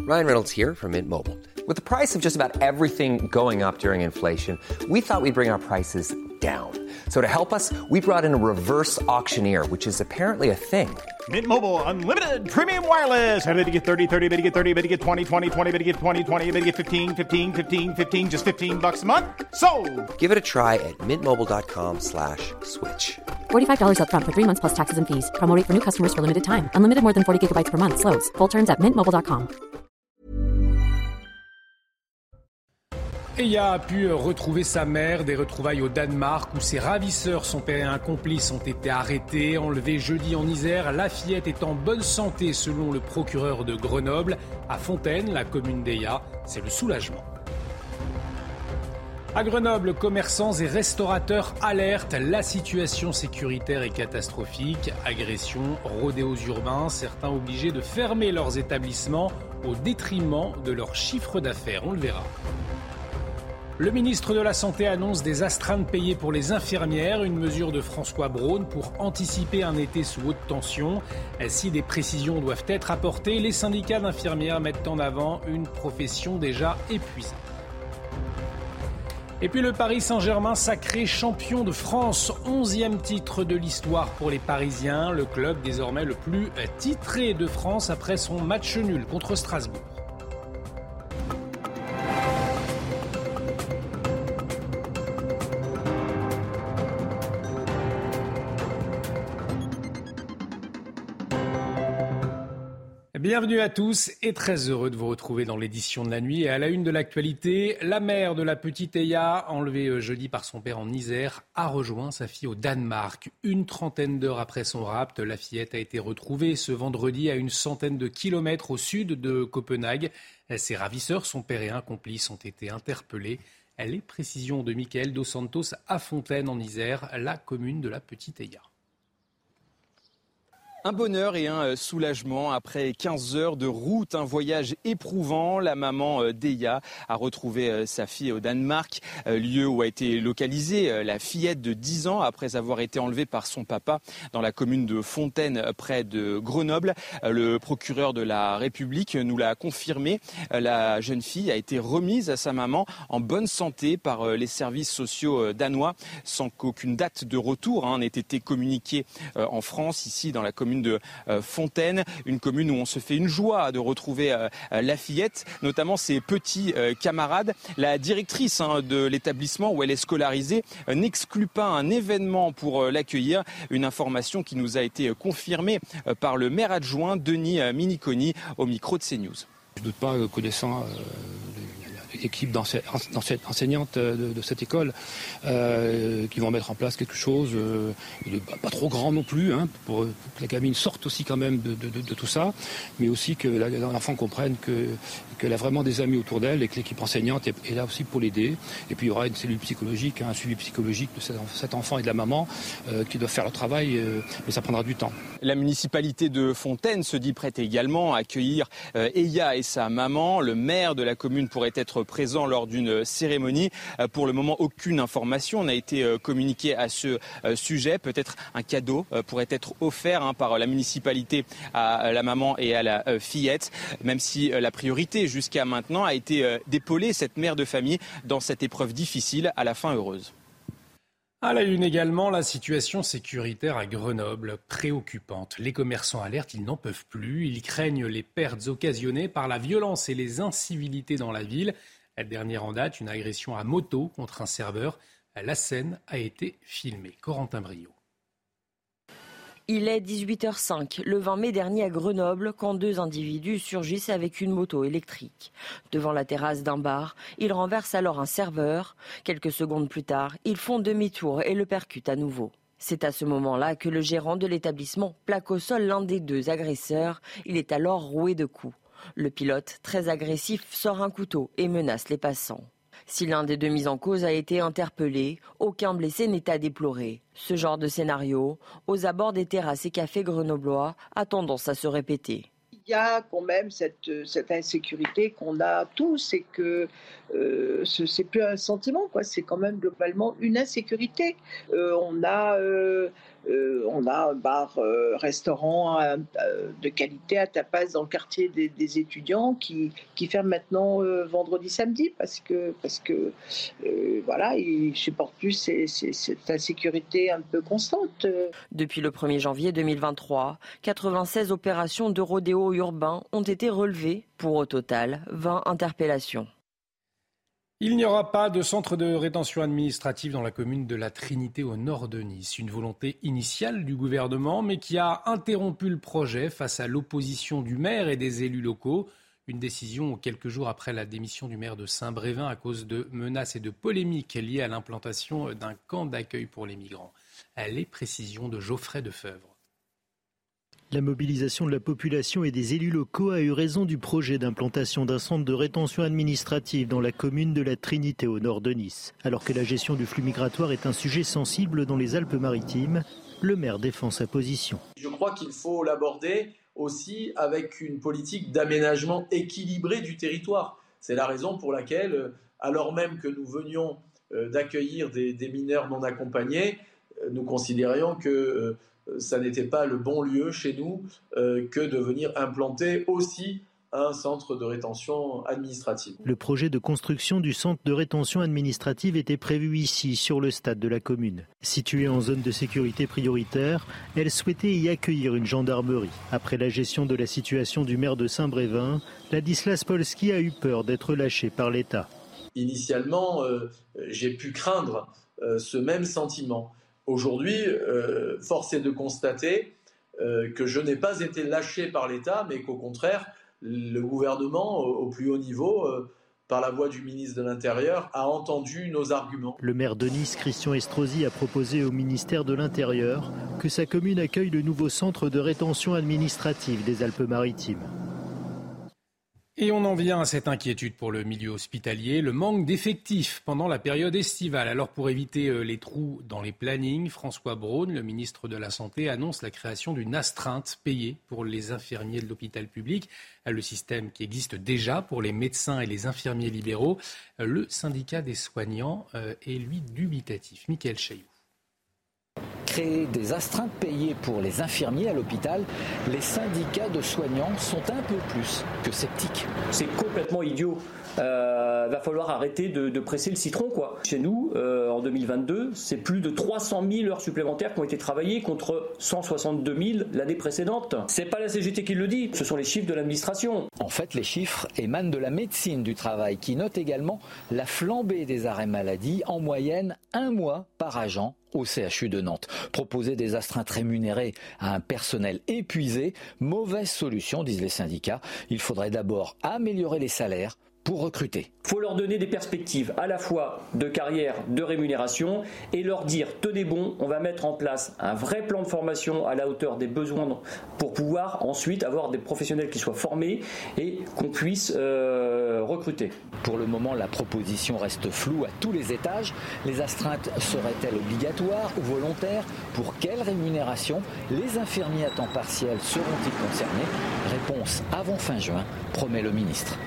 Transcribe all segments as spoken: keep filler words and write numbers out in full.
Ryan Reynolds here from Mint Mobile. With the price of just about everything going up during inflation, we thought we'd bring our prices down. So to help us, we brought in a reverse auctioneer, which is apparently a thing. Mint Mobile Unlimited Premium Wireless. How to get thirty, thirty, how to get thirty, how to get twenty, twenty, twenty, how to get twenty, twenty, how to get fifteen, fifteen, fifteen, fifteen, just fifteen bucks a month? Sold! Give it a try at mintmobile.com slash switch. forty-five dollars up front for three months plus taxes and fees. Promo rate for new customers for limited time. Unlimited more than forty gigabytes per month. Slows full terms at mint mobile dot com. Eya a pu retrouver sa mère, des retrouvailles au Danemark où ses ravisseurs, son père et un complice ont été arrêtés, enlevés jeudi en Isère. La fillette est en bonne santé selon le procureur de Grenoble. À Fontaine, la commune d'Eya, c'est le soulagement. À Grenoble, commerçants et restaurateurs alertent. La situation sécuritaire est catastrophique. Agressions, rodéos urbains, certains obligés de fermer leurs établissements au détriment de leur chiffre d'affaires. On le verra. Le ministre de la Santé annonce des astreintes payées pour les infirmières, une mesure de François Braun pour anticiper un été sous haute tension. Si des précisions doivent être apportées, les syndicats d'infirmières mettent en avant une profession déjà épuisée. Et puis le Paris Saint-Germain sacré champion de France, onzième titre de l'histoire pour les Parisiens, le club désormais le plus titré de France après son match nul contre Strasbourg. Bienvenue à tous et très heureux de vous retrouver dans l'édition de la nuit. Et à la une de l'actualité, la mère de la petite Eya, enlevée jeudi par son père en Isère, a rejoint sa fille au Danemark. Une trentaine d'heures après son rapt, la fillette a été retrouvée ce vendredi à une centaine de kilomètres au sud de Copenhague. Ses ravisseurs, son père et un complice, ont été interpellés. Les précisions de Michael Dos Santos à Fontaine en Isère, la commune de la petite Eya. Un bonheur et un soulagement après quinze heures de route, un voyage éprouvant. La maman d'Eya a retrouvé sa fille au Danemark, lieu où a été localisée la fillette de dix ans après avoir été enlevée par son papa dans la commune de Fontaine près de Grenoble. Le procureur de la République nous l'a confirmé. La jeune fille a été remise à sa maman en bonne santé par les services sociaux danois sans qu'aucune date de retour n'ait été communiquée en France, ici dans la commune de Fontaine, une commune où on se fait une joie de retrouver la fillette, notamment ses petits camarades. La directrice de l'établissement où elle est scolarisée n'exclut pas un événement pour l'accueillir, une information qui nous a été confirmée par le maire adjoint Denis Miniconi au micro de CNews. Je ne doute pas, connaissant l'équipe enseignantes de, de cette école euh, qui vont mettre en place quelque chose. Euh, il n'est pas, pas trop grand non plus, hein, pour, pour que la gamine sorte aussi quand même de, de, de, de tout ça, mais aussi que la, l'enfant comprenne que, qu'elle a vraiment des amis autour d'elle et que l'équipe enseignante est, est là aussi pour l'aider. Et puis il y aura une cellule psychologique, hein, un suivi psychologique de cet enfant et de la maman euh, qui doivent faire leur travail, euh, mais ça prendra du temps. La municipalité de Fontaine se dit prête également à accueillir euh, Eya et sa maman. Le maire de la commune pourrait être présent lors d'une cérémonie. Pour le moment, aucune information n'a été communiquée à ce sujet. Peut-être un cadeau pourrait être offert par la municipalité à la maman et à la fillette, même si la priorité jusqu'à maintenant a été d'épauler cette mère de famille dans cette épreuve difficile à la fin heureuse. À la une également, la situation sécuritaire à Grenoble, préoccupante. Les commerçants alertent, ils n'en peuvent plus. Ils craignent les pertes occasionnées par la violence et les incivilités dans la ville. La dernière en date, une agression à moto contre un serveur. La scène a été filmée. Corentin Brio. Il est dix-huit heures cinq, le vingt mai dernier à Grenoble, quand deux individus surgissent avec une moto électrique. Devant la terrasse d'un bar, ils renversent alors un serveur. Quelques secondes plus tard, ils font demi-tour et le percutent à nouveau. C'est à ce moment-là que le gérant de l'établissement plaque au sol l'un des deux agresseurs. Il est alors roué de coups. Le pilote, très agressif, sort un couteau et menace les passants. Si l'un des deux mis en cause a été interpellé, aucun blessé n'est à déplorer. Ce genre de scénario, aux abords des terrasses et cafés grenoblois, a tendance à se répéter. Il y a quand même cette, cette insécurité qu'on a tous et que euh, ce c'est plus un sentiment, quoi. C'est quand même globalement une insécurité. Euh, on a euh, Euh, on a un bar euh, restaurant euh, de qualité à tapas dans le quartier des, des étudiants qui, qui ferme maintenant euh, vendredi samedi parce que parce que euh, voilà, ils supportent plus ces, ces, cette insécurité un peu constante. Depuis le premier janvier deux mille vingt-trois, quatre-vingt-seize opérations de rodéo urbain ont été relevées pour au total vingt interpellations. Il n'y aura pas de centre de rétention administrative dans la commune de la Trinité au nord de Nice. Une volonté initiale du gouvernement, mais qui a interrompu le projet face à l'opposition du maire et des élus locaux. Une décision quelques jours après la démission du maire de Saint-Brévin à cause de menaces et de polémiques liées à l'implantation d'un camp d'accueil pour les migrants. Les précisions de Geoffrey Defeuvre. La mobilisation de la population et des élus locaux a eu raison du projet d'implantation d'un centre de rétention administrative dans la commune de la Trinité au nord de Nice. Alors que la gestion du flux migratoire est un sujet sensible dans les Alpes-Maritimes, le maire défend sa position. Je crois qu'il faut l'aborder aussi avec une politique d'aménagement équilibré du territoire. C'est la raison pour laquelle, alors même que nous venions d'accueillir des, des mineurs non accompagnés, nous considérions que ça n'était pas le bon lieu chez nous euh, que de venir implanter aussi un centre de rétention administrative. Le projet de construction du centre de rétention administrative était prévu ici, sur le stade de la commune. Située en zone de sécurité prioritaire, elle souhaitait y accueillir une gendarmerie. Après la gestion de la situation du maire de Saint-Brévin, Ladislas Polski a eu peur d'être lâché par l'État. Initialement, euh, j'ai pu craindre euh, ce même sentiment. Aujourd'hui, euh, force est de constater euh, que je n'ai pas été lâché par l'État, mais qu'au contraire, le gouvernement, au, au plus haut niveau, euh, par la voix du ministre de l'Intérieur, a entendu nos arguments. Le maire de Nice, Christian Estrosi, a proposé au ministère de l'Intérieur que sa commune accueille le nouveau centre de rétention administrative des Alpes-Maritimes. Et on en vient à cette inquiétude pour le milieu hospitalier, le manque d'effectifs pendant la période estivale. Alors pour éviter les trous dans les plannings, François Braun, le ministre de la Santé, annonce la création d'une astreinte payée pour les infirmiers de l'hôpital public, le système qui existe déjà pour les médecins et les infirmiers libéraux. Le syndicat des soignants est lui dubitatif. Mickaël Chailloux. Créer des astreintes payées pour les infirmiers à l'hôpital, les syndicats de soignants sont un peu plus que sceptiques. C'est complètement idiot. Il euh, va falloir arrêter de, de presser le citron, quoi. Chez nous, euh, en deux mille vingt-deux, c'est plus de trois cent mille heures supplémentaires qui ont été travaillées contre cent soixante-deux mille l'année précédente. C'est pas la C G T qui le dit, ce sont les chiffres de l'administration. En fait, les chiffres émanent de la médecine du travail qui note également la flambée des arrêts maladie, en moyenne un mois par agent au C H U de Nantes. Proposer des astreintes rémunérées à un personnel épuisé, mauvaise solution, disent les syndicats. Il faudrait d'abord améliorer les salaires pour recruter. Il faut leur donner des perspectives à la fois de carrière, de rémunération et leur dire tenez bon, on va mettre en place un vrai plan de formation à la hauteur des besoins pour pouvoir ensuite avoir des professionnels qui soient formés et qu'on puisse euh, recruter. Pour le moment, la proposition reste floue à tous les étages. Les astreintes seraient-elles obligatoires ou volontaires? Pour quelle rémunération? Les infirmiers à temps partiel seront-ils concernés? Réponse avant fin juin, promet le ministre.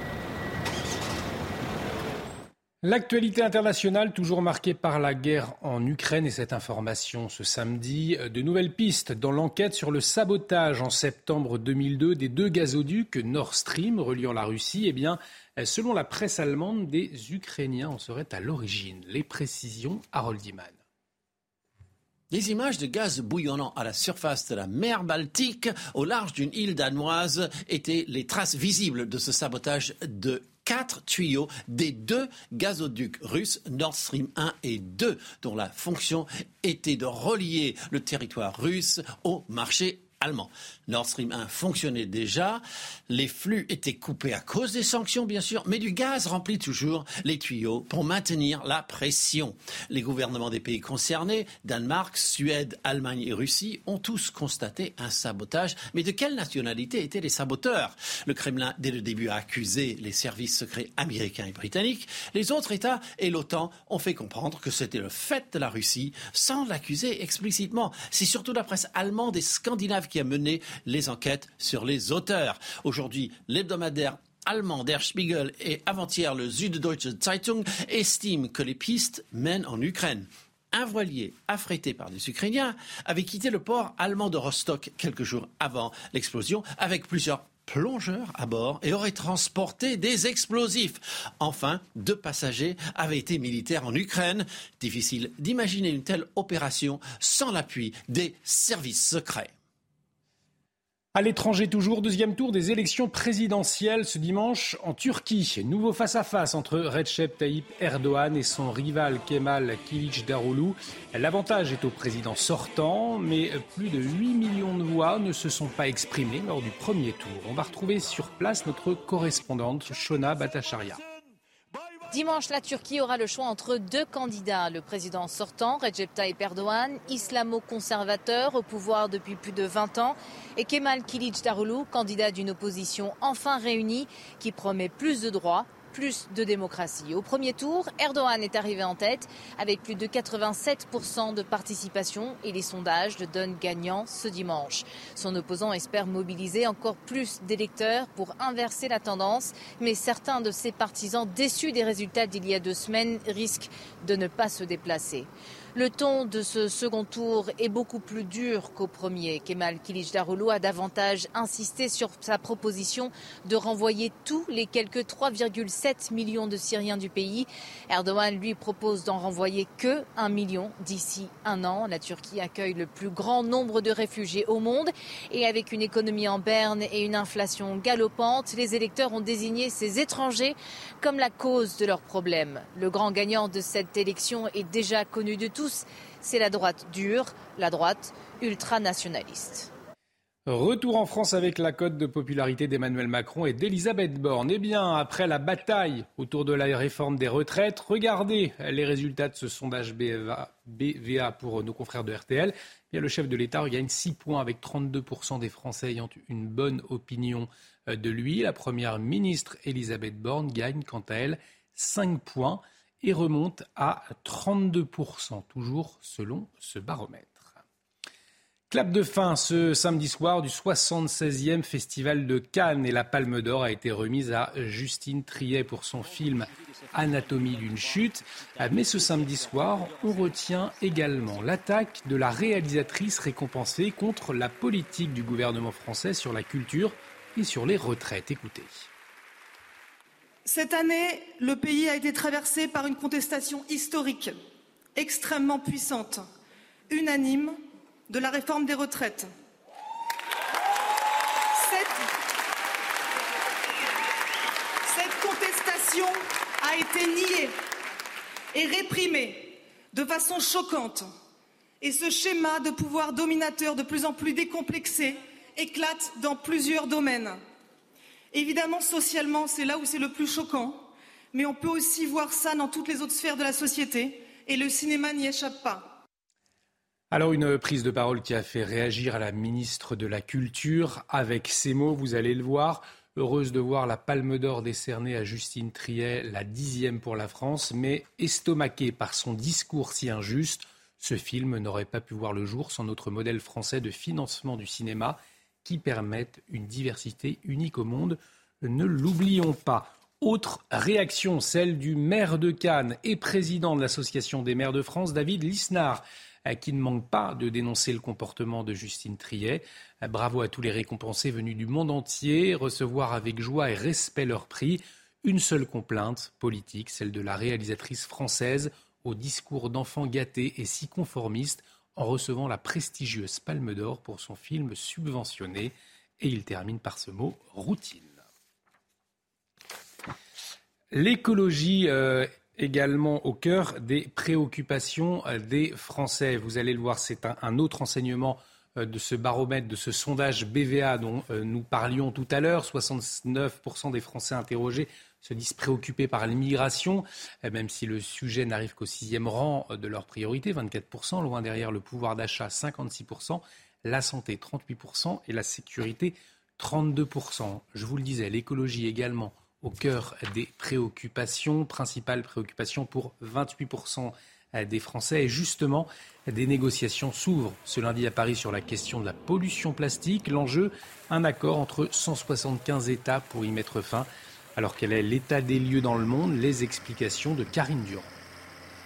L'actualité internationale, toujours marquée par la guerre en Ukraine et cette information ce samedi. De nouvelles pistes dans l'enquête sur le sabotage en septembre deux mille deux des deux gazoducs Nord Stream reliant la Russie. Eh bien, selon la presse allemande, des Ukrainiens en seraient à l'origine. Les précisions, Harold Iman. Des images de gaz bouillonnant à la surface de la mer Baltique, au large d'une île danoise, étaient les traces visibles de ce sabotage de quatre tuyaux des deux gazoducs russes Nord Stream un et deux, dont la fonction était de relier le territoire russe au marché allemand. Nord Stream un fonctionnait déjà, les flux étaient coupés à cause des sanctions bien sûr, mais du gaz remplit toujours les tuyaux pour maintenir la pression. Les gouvernements des pays concernés, Danemark, Suède, Allemagne et Russie, ont tous constaté un sabotage. Mais de quelle nationalité étaient les saboteurs? Le Kremlin, dès le début, a accusé les services secrets américains et britanniques. Les autres États et l'OTAN ont fait comprendre que c'était le fait de la Russie, sans l'accuser explicitement. C'est surtout la presse allemande et scandinave qui a mené les enquêtes sur les auteurs. Aujourd'hui, l'hebdomadaire allemand Der Spiegel et avant-hier le Süddeutsche Zeitung estiment que les pistes mènent en Ukraine. Un voilier affrété par des Ukrainiens avait quitté le port allemand de Rostock quelques jours avant l'explosion avec plusieurs plongeurs à bord et aurait transporté des explosifs. Enfin, deux passagers avaient été militaires en Ukraine. Difficile d'imaginer une telle opération sans l'appui des services secrets. À l'étranger toujours, deuxième tour des élections présidentielles ce dimanche en Turquie. Nouveau face-à-face entre Recep Tayyip Erdogan et son rival Kemal Kılıçdaroğlu. L'avantage est au président sortant, mais plus de huit millions de voix ne se sont pas exprimées lors du premier tour. On va retrouver sur place notre correspondante Shona Batacharia. Dimanche, la Turquie aura le choix entre deux candidats. Le président sortant, Recep Tayyip Erdogan, islamo-conservateur au pouvoir depuis plus de vingt ans, et Kemal Kılıçdaroğlu, candidat d'une opposition enfin réunie qui promet plus de droits, plus de démocratie. Au premier tour, Erdogan est arrivé en tête avec plus de quatre-vingt-sept pour cent de participation et les sondages le donnent gagnant ce dimanche. Son opposant espère mobiliser encore plus d'électeurs pour inverser la tendance, mais certains de ses partisans déçus des résultats d'il y a deux semaines risquent de ne pas se déplacer. Le ton de ce second tour est beaucoup plus dur qu'au premier. Kemal Kılıçdaroğlu a davantage insisté sur sa proposition de renvoyer tous les quelques trois virgule sept millions de Syriens du pays. Erdogan lui propose d'en renvoyer que un million d'ici un an. La Turquie accueille le plus grand nombre de réfugiés au monde et avec une économie en berne et une inflation galopante, les électeurs ont désigné ces étrangers comme la cause de leurs problèmes. Le grand gagnant de cette élection est déjà connu de tous. C'est la droite dure, la droite ultranationaliste. Retour en France avec la cote de popularité d'Emmanuel Macron et d'Elisabeth Borne. Eh bien, après la bataille autour de la réforme des retraites, regardez les résultats de ce sondage B V A pour nos confrères de R T L. Eh bien, le chef de l'État regagne six points avec trente-deux pour cent des Français ayant une bonne opinion de lui. La première ministre Elisabeth Borne gagne quant à elle cinq points. Et remonte à trente-deux pour cent, toujours selon ce baromètre. Clap de fin ce samedi soir du soixante-seizième Festival de Cannes et la Palme d'Or a été remise à Justine Triet pour son film Anatomie d'une chute. Mais ce samedi soir, on retient également l'attaque de la réalisatrice récompensée contre la politique du gouvernement français sur la culture et sur les retraites. Écoutez. Cette année, le pays a été traversé par une contestation historique, extrêmement puissante, unanime, de la réforme des retraites. Cette, cette contestation a été niée et réprimée de façon choquante. Et ce schéma de pouvoir dominateur de plus en plus décomplexé éclate dans plusieurs domaines. Évidemment, socialement, c'est là où c'est le plus choquant, mais on peut aussi voir ça dans toutes les autres sphères de la société, et le cinéma n'y échappe pas. Alors, une prise de parole qui a fait réagir à la ministre de la Culture avec ces mots, vous allez le voir. Heureuse de voir la Palme d'Or décernée à Justine Triet, la dixième pour la France, mais estomaquée par son discours si injuste, ce film n'aurait pas pu voir le jour sans notre modèle français de financement du cinéma, qui permettent une diversité unique au monde. Ne l'oublions pas. Autre réaction, celle du maire de Cannes et président de l'Association des maires de France, David Lisnard, qui ne manque pas de dénoncer le comportement de Justine Triet. Bravo à tous les récompensés venus du monde entier, recevoir avec joie et respect leur prix. Une seule complainte politique, celle de la réalisatrice française au discours d'enfant gâté et si conformiste, en recevant la prestigieuse Palme d'Or pour son film subventionné. Et il termine par ce mot « routine ». L'écologie euh, également au cœur des préoccupations des Français. Vous allez le voir, c'est un, un autre enseignement euh, de ce baromètre, de ce sondage B V A dont euh, nous parlions tout à l'heure. soixante-neuf pour cent des Français interrogés se disent préoccupés par l'immigration, même si le sujet n'arrive qu'au sixième rang de leur priorité, vingt-quatre pour cent, loin derrière le pouvoir d'achat, cinquante-six pour cent, la santé, trente-huit pour cent et la sécurité, trente-deux pour cent. Je vous le disais, l'écologie également au cœur des préoccupations, principales préoccupations pour vingt-huit pour cent des Français. Et justement, des négociations s'ouvrent ce lundi à Paris sur la question de la pollution plastique. L'enjeu, un accord entre cent soixante-quinze États pour y mettre fin. Alors quel est l'état des lieux dans le monde? Les explications de Karine Durand.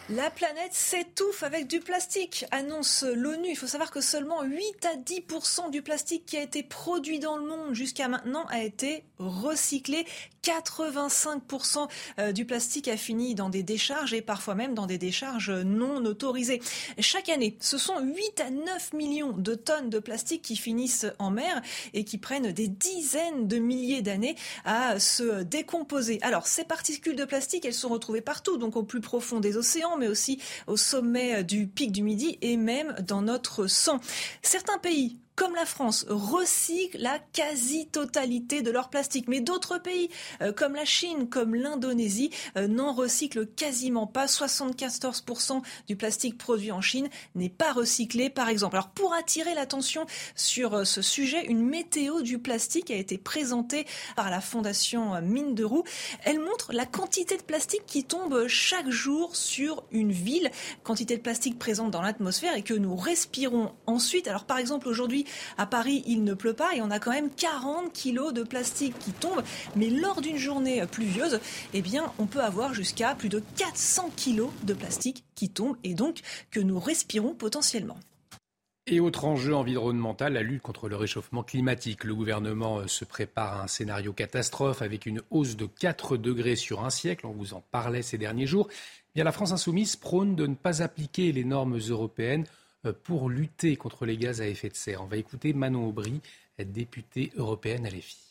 La planète s'étouffe avec du plastique, annonce l'ONU. Il faut savoir que seulement huit à dix pour cent du plastique qui a été produit dans le monde jusqu'à maintenant a été recyclé. quatre-vingt-cinq pour cent du plastique a fini dans des décharges et parfois même dans des décharges non autorisées. Chaque année, ce sont huit à neuf millions de tonnes de plastique qui finissent en mer et qui prennent des dizaines de milliers d'années à se décomposer. Alors, ces particules de plastique, elles sont retrouvées partout, donc au plus profond des océans, mais aussi au sommet du pic du Midi et même dans notre sang. Certains pays, comme la France, recyclent la quasi-totalité de leur plastique. Mais d'autres pays, euh, comme la Chine, comme l'Indonésie, euh, n'en recyclent quasiment pas. soixante-quatorze pour cent du plastique produit en Chine n'est pas recyclé, par exemple. Alors, pour attirer l'attention sur euh, ce sujet, une météo du plastique a été présentée par la Fondation Mine de Roux. Elle montre la quantité de plastique qui tombe chaque jour sur une ville. Quantité de plastique présente dans l'atmosphère et que nous respirons ensuite. Alors, par exemple, aujourd'hui, à Paris, il ne pleut pas et on a quand même quarante kilos de plastique qui tombent. Mais lors d'une journée pluvieuse, eh bien, on peut avoir jusqu'à plus de quatre cents kilos de plastique qui tombent et donc que nous respirons potentiellement. Et autre enjeu environnemental, la lutte contre le réchauffement climatique. Le gouvernement se prépare à un scénario catastrophe avec une hausse de quatre degrés sur un siècle. On vous en parlait ces derniers jours. Eh bien, la France insoumise prône de ne pas appliquer les normes européennes pour lutter contre les gaz à effet de serre. On va écouter Manon Aubry, députée européenne à L F I.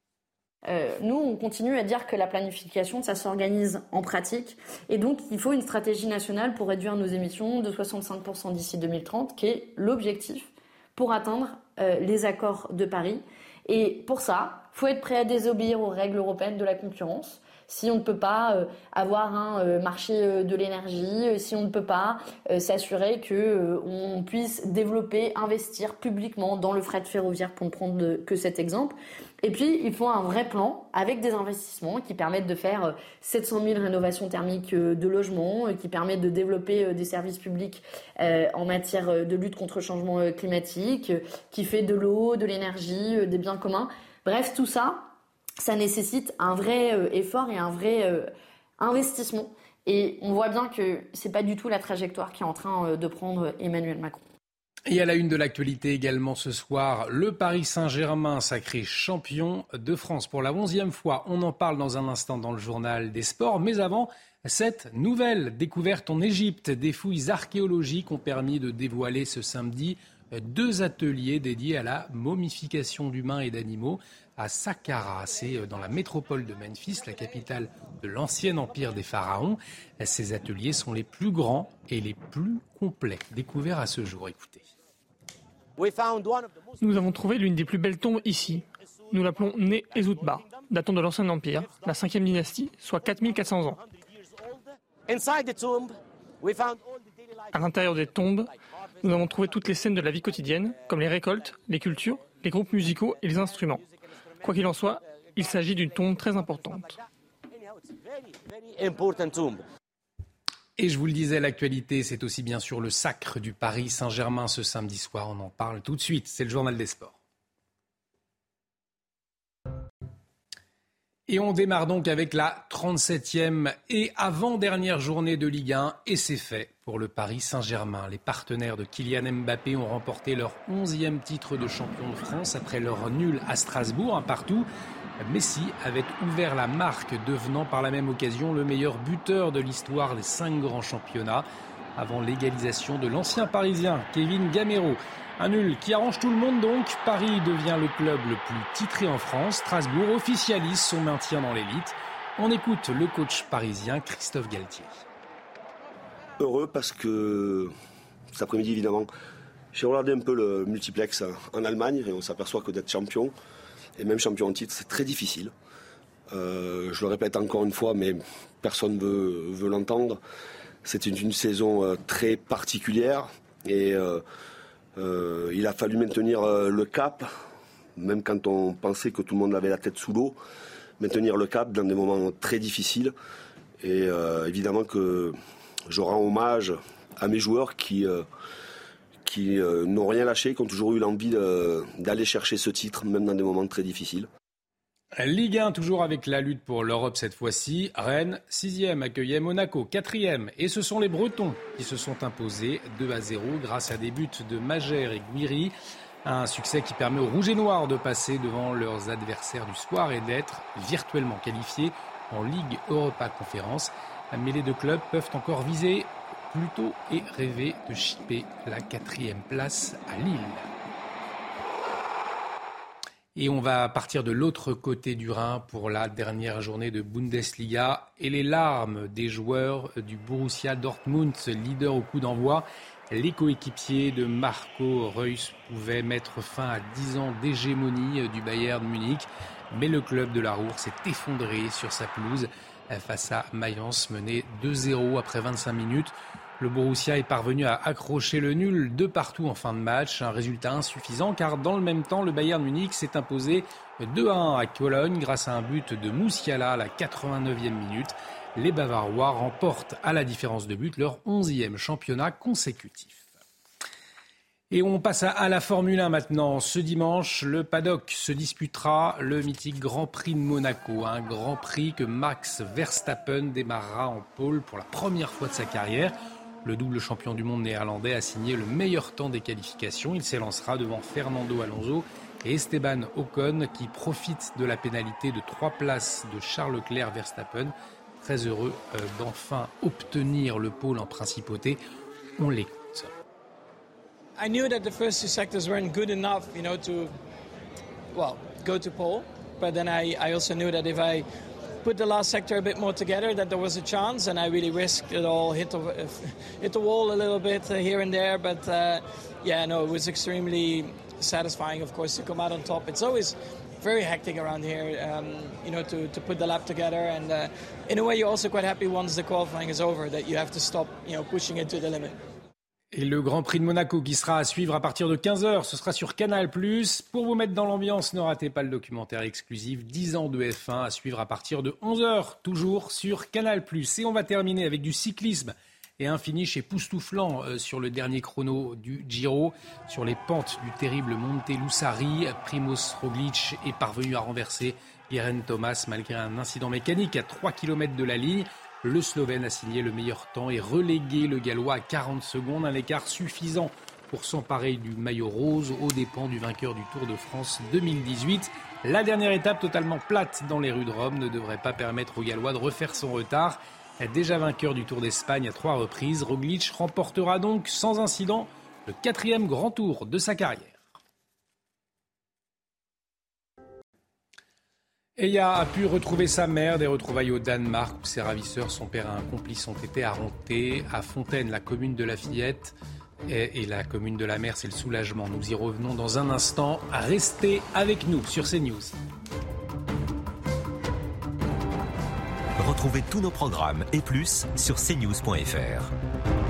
Euh, nous, on continue à dire que la planification, ça s'organise en pratique. Et donc, il faut une stratégie nationale pour réduire nos émissions de soixante-cinq pour cent d'ici deux mille trente, qui est l'objectif pour atteindre euh, les accords de Paris. Et pour ça, il faut être prêt à désobéir aux règles européennes de la concurrence. Si on ne peut pas euh, avoir un euh, marché euh, de l'énergie, euh, si on ne peut pas euh, s'assurer que euh, on puisse développer, investir publiquement dans le fret ferroviaire, pour ne prendre de, que cet exemple. Et puis, il faut un vrai plan avec des investissements qui permettent de faire euh, sept cent mille rénovations thermiques euh, de logements, euh, qui permettent de développer euh, des services publics euh, en matière euh, de lutte contre le changement euh, climatique, euh, qui fait de l'eau, de l'énergie, euh, des biens communs. Bref, tout ça, ça nécessite un vrai euh, effort et un vrai euh, investissement. Et on voit bien que c'est pas du tout la trajectoire qu'est en train euh, de prendre Emmanuel Macron. Et à la une de l'actualité également ce soir, le Paris Saint-Germain sacré champion de France pour la onzième fois. On en parle dans un instant dans le journal des sports. Mais avant, cette nouvelle découverte en Égypte, des fouilles archéologiques ont permis de dévoiler ce samedi deux ateliers dédiés à la momification d'humains et d'animaux à Saqqara. C'est dans la métropole de Memphis, la capitale de l'ancien empire des pharaons. Ces ateliers sont les plus grands et les plus complets découverts à ce jour. Écoutez. Nous avons trouvé l'une des plus belles tombes ici. Nous l'appelons Né Ezoutba, datant de l'ancien empire, la cinquième dynastie, soit quatre mille quatre cents ans. À l'intérieur des tombes, nous avons trouvé toutes les scènes de la vie quotidienne, comme les récoltes, les cultures, les groupes musicaux et les instruments. Quoi qu'il en soit, il s'agit d'une tombe très importante. Et je vous le disais, l'actualité, c'est aussi bien sûr le sacre du Paris Saint-Germain ce samedi soir. On en parle tout de suite. C'est le journal des sports. Et on démarre donc avec la trente-septième et avant-dernière journée de Ligue un. Et c'est fait pour le Paris Saint-Germain. Les partenaires de Kylian Mbappé ont remporté leur onzième titre de champion de France après leur nul à Strasbourg, un partout. Messi avait ouvert la marque, devenant par la même occasion le meilleur buteur de l'histoire des cinq grands championnats, avant l'égalisation de l'ancien Parisien Kevin Gamero. Un nul qui arrange tout le monde donc. Paris devient le club le plus titré en France. Strasbourg officialise son maintien dans l'élite. On écoute le coach parisien Christophe Galtier. Heureux parce que cet après-midi, évidemment, j'ai regardé un peu le multiplex en Allemagne et on s'aperçoit que d'être champion, et même champion en titre, c'est très difficile. Euh, je le répète encore une fois, mais personne ne veut, veut l'entendre. C'est une, une saison très particulière et euh, euh, il a fallu maintenir le cap, même quand on pensait que tout le monde avait la tête sous l'eau, maintenir le cap dans des moments très difficiles. Et euh, évidemment que je rends hommage à mes joueurs qui, euh, qui euh, n'ont rien lâché, qui ont toujours eu l'envie de, d'aller chercher ce titre, même dans des moments très difficiles. Ligue un, toujours avec la lutte pour l'Europe cette fois-ci. Rennes, sixième, accueillait Monaco, quatrième. Et ce sont les Bretons qui se sont imposés deux à zéro grâce à des buts de Magère et Guiri. Un succès qui permet aux Rouges et Noirs de passer devant leurs adversaires du soir et d'être virtuellement qualifiés en Ligue Europa Conférence. Mais les deux clubs peuvent encore viser plus tôt et rêver de chipper la quatrième place à Lille. Et on va partir de l'autre côté du Rhin pour la dernière journée de Bundesliga. Et les larmes des joueurs du Borussia Dortmund, leader au coup d'envoi. Les coéquipiers de Marco Reus pouvaient mettre fin à dix ans d'hégémonie du Bayern Munich. Mais le club de la Ruhr s'est effondré sur sa pelouse face à Mayence, mené deux zéro après vingt-cinq minutes. Le Borussia est parvenu à accrocher le nul de partout en fin de match. Un résultat insuffisant car dans le même temps, le Bayern Munich s'est imposé deux à un à Cologne grâce à un but de Musiala à la quatre-vingt-neuvième minute. Les Bavarois remportent à la différence de but leur onzième championnat consécutif. Et on passe à la Formule un maintenant. Ce dimanche, le paddock se disputera le mythique Grand Prix de Monaco. Un Grand Prix que Max Verstappen démarrera en pole pour la première fois de sa carrière. Le double champion du monde néerlandais a signé le meilleur temps des qualifications. Il s'élancera devant Fernando Alonso et Esteban Ocon qui profitent de la pénalité de trois places de Charles Leclerc Verstappen. Très heureux d'enfin obtenir le pole en principauté. On l'écoute. I knew that the first two sectors weren't good enough, you know, to, well, go to pole. But then I, I also knew that if I put the last sector a bit more together, that there was a chance, and I really risked it all, hit the, hit the wall a little bit uh, here and there. But uh, yeah, no, it was extremely satisfying, of course, to come out on top. It's always very hectic around here, um, you know, to, to put the lap together. And uh, in a way, you're also quite happy once the qualifying is over, that you have to stop, you know, pushing it to the limit. Et le Grand Prix de Monaco qui sera à suivre à partir de quinze heures, ce sera sur Canal plus. Pour vous mettre dans l'ambiance, ne ratez pas le documentaire exclusif dix ans de F un à suivre à partir de onze heures, toujours sur Canal plus. Et on va terminer avec du cyclisme et un finish époustouflant sur le dernier chrono du Giro. Sur les pentes du terrible Monte Lussari, Primoz Roglic est parvenu à renverser Geraint Thomas malgré un incident mécanique à trois kilomètres de la ligne. Le Slovène a signé le meilleur temps et relégué le Gallois à quarante secondes, un écart suffisant pour s'emparer du maillot rose aux dépens du vainqueur du Tour de France deux mille dix-huit. La dernière étape totalement plate dans les rues de Rome ne devrait pas permettre au Gallois de refaire son retard. Déjà vainqueur du Tour d'Espagne à trois reprises, Roglic remportera donc sans incident le quatrième grand tour de sa carrière. Eya a pu retrouver sa mère, des retrouvailles au Danemark où ses ravisseurs, son père et un complice ont été arrêtés. À Fontaine, la commune de la fillette et, et la commune de la mère, c'est le soulagement. Nous y revenons dans un instant. Restez avec nous sur CNews. Retrouvez tous nos programmes et plus sur c news point f r.